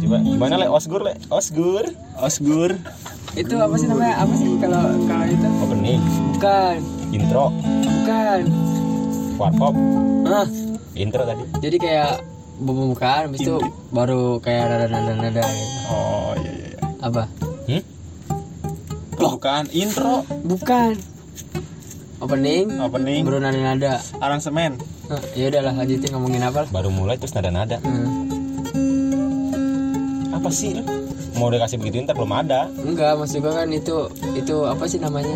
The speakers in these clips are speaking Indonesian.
coba. Gimana le? Osgur. Itu apa sih namanya? Apa sih kalau itu? Opening. Bukan. Intro. Bukan. Warpop. Intro tadi. Jadi kayak bukan, habis itu baru kayak nada gitu. Oh iya. Apa? Bukan intro. Bukan. Opening. Baru nada. Aransemen. Ya udahlah, lanjutin ngomongin apa? Baru mulai terus nada. Apa sih lu? Mau dikasih begitu ntar belum ada. Enggak, maksud gua kan itu apa sih namanya?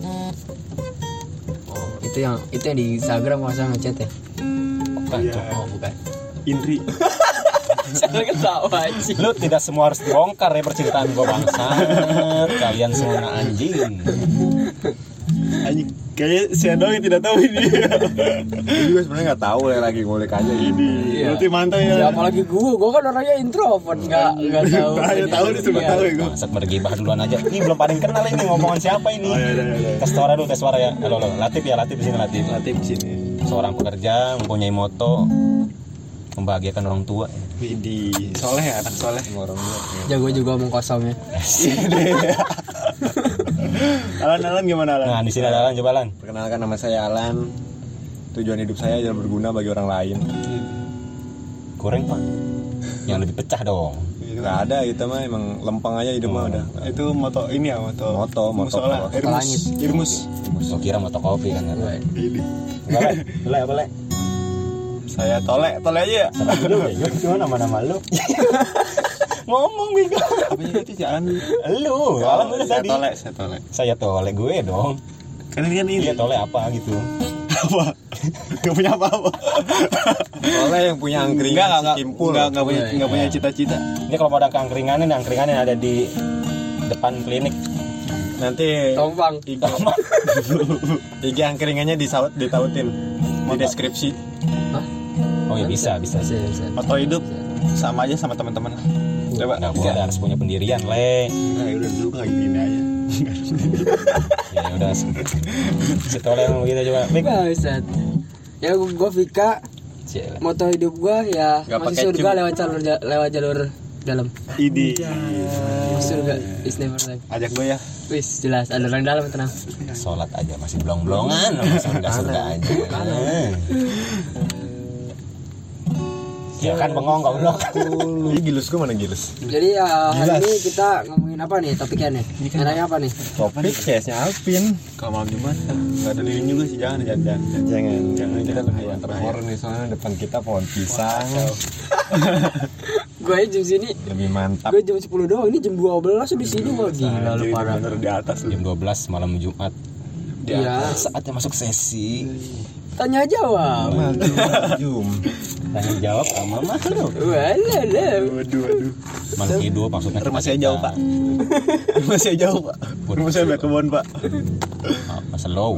Oh, itu yang di Instagram masa ngechat ya? Bukan, bukan. Indri. Saya ketawa aja. Lu tidak semua harus dibongkar ya percintaan gua bangsat. Kalian semua anjing. Anjing, kayaknya si Ando yang tidak tahu ini. Gue juga sebenarnya nggak tahu ya, lagi ngulik aja ini. Iya. Berarti mantap ya. Ya apalagi gua kan orangnya introvert, nggak tahu. Tahu nih semua tahu ya gua. Bangsat bergibah duluan aja. Ini belum pada yang kenal ini ngomongan siapa ini. Oh iya. Tes suara ya. Halo. Latif di sini Latif. Latif di sini. Seorang pekerja mempunyai moto membahagiakan orang tua. Widih, soleh ya, anak soleh. Orang tua. Jago juga omong kosongnya. Alan gimana Alan? Nah, di sini ada Alan, coba Alan. Perkenalkan, nama saya Alan. Tujuan hidup saya adalah berguna bagi orang lain. Kurang Pak. Yang lebih pecah dong. Nggak ada, itu mah emang lempeng aja hidup mah udah. Itu moto ini ya, moto Moto. Irmus. Gua kira moto kopi kan. Ini. Boleh apa le? Saya tole aja ya. Cuma nama lu. Ngomong bego. Apanya tadi jalan dulu. Lu, Alan udah tadi. Saya tole. Saya tole gue dong. Kan ini. Dia tole apa gitu. Apa? Gak punya apa-apa. Soalnya yang punya angkringan si Kimpul. Enggak punya cita-cita. Ini kalau mau ada angkringannya ada di depan klinik. Nanti Tompang. IG angkringannya ditautin di deskripsi. Oh ya bisa. Moto hidup sama aja sama teman-teman. Coba. Nah, gua harus punya pendirian, Le. Nah, udah dulu kayak gini aja. Ya udah. Setole yang begitu coba. Mik. Bangsat. Ya gua Vika. Moto hidup gua ya Gak masuk pakai surga lewat jalur dalam. Idi. Surga is never life. Ajak gue ya. Wis jelas ada orang dalam, tenang. Sholat aja masih blong-blongan, surga aja. Ya kan bengong goblok. Ini gilus gue mana gilus? Jadi ya hari ini kita ngomongin apa nih topiknya nih? Enaknya apa nih? Topik CS-nya Alvin. Kalau malam Jumat enggak ada lilin juga sih, jangan. Jangan kita lebih terhoror nih, soalnya depan kita pohon pisang. Gue jam sini Lebih mantap. gue jam 10 doang, ini jam 12 di sini gua gila lu parah. Bener di atas lu. Jam 12 malam Jumat. Iya. Saatnya masuk sesi. Tanya jawab. Jum. Tanya jawab sama mama lu. Walah. Waduh. Makhluk hidup maksudnya. Rumah saya jauh, Pak. Rumah saya jauh, Pak. Rumah saya banyak kebun, Pak. Apa slow?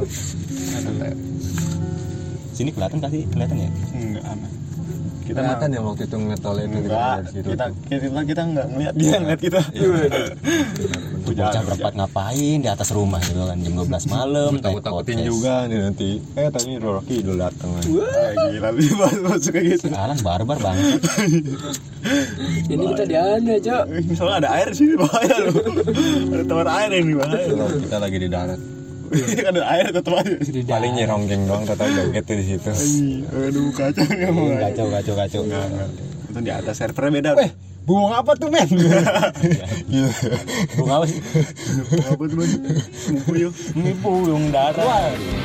Sini kelihatan ya? Enggak aman. Kita kelihatan ya waktu itu ngetol itu Enggak, dari situ. kita enggak ngeliat dia ngeliat kita. Bocah berempat ngapain di atas rumah gitu kan jam 12 malam. Takut-takutin juga nih nanti. Tadi Rocky udah dateng. Gila lu masuk kayak gitu. Alan barbar banget. Ini kita di mana, Cok? Ini soalnya ada air sih, bahaya lu. Ada tawar air ini bahaya. Kalau kita lagi di darat. Ada air tetap aja. Paling nyeronggeng doang, total joget tuh di situ. Aduh, kacau ya mau. Kacau. Itu di atas servernya beda. Bunga apa tuh, men? Bunga apa sih? Apa tuh, Bang? Puyuh. Ini puyung darah.